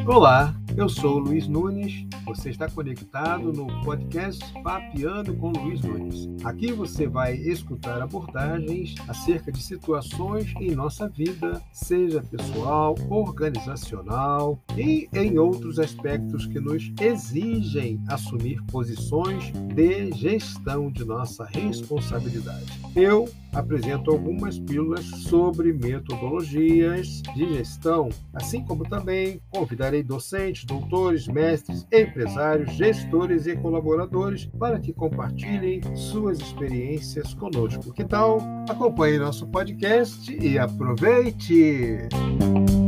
Olá, eu sou o Luiz Nunes, você está conectado no podcast Papeando com Luiz Nunes. Aqui você vai escutar abordagens acerca de situações em nossa vida, seja pessoal, organizacional e em outros aspectos que nos exigem assumir posições de gestão de nossa responsabilidade. Eu apresento algumas pílulas sobre metodologias de gestão, assim como também convidarei docentes, doutores, mestres, empresários, gestores e colaboradores para que compartilhem suas experiências conosco. Que tal? Acompanhe nosso podcast e aproveite!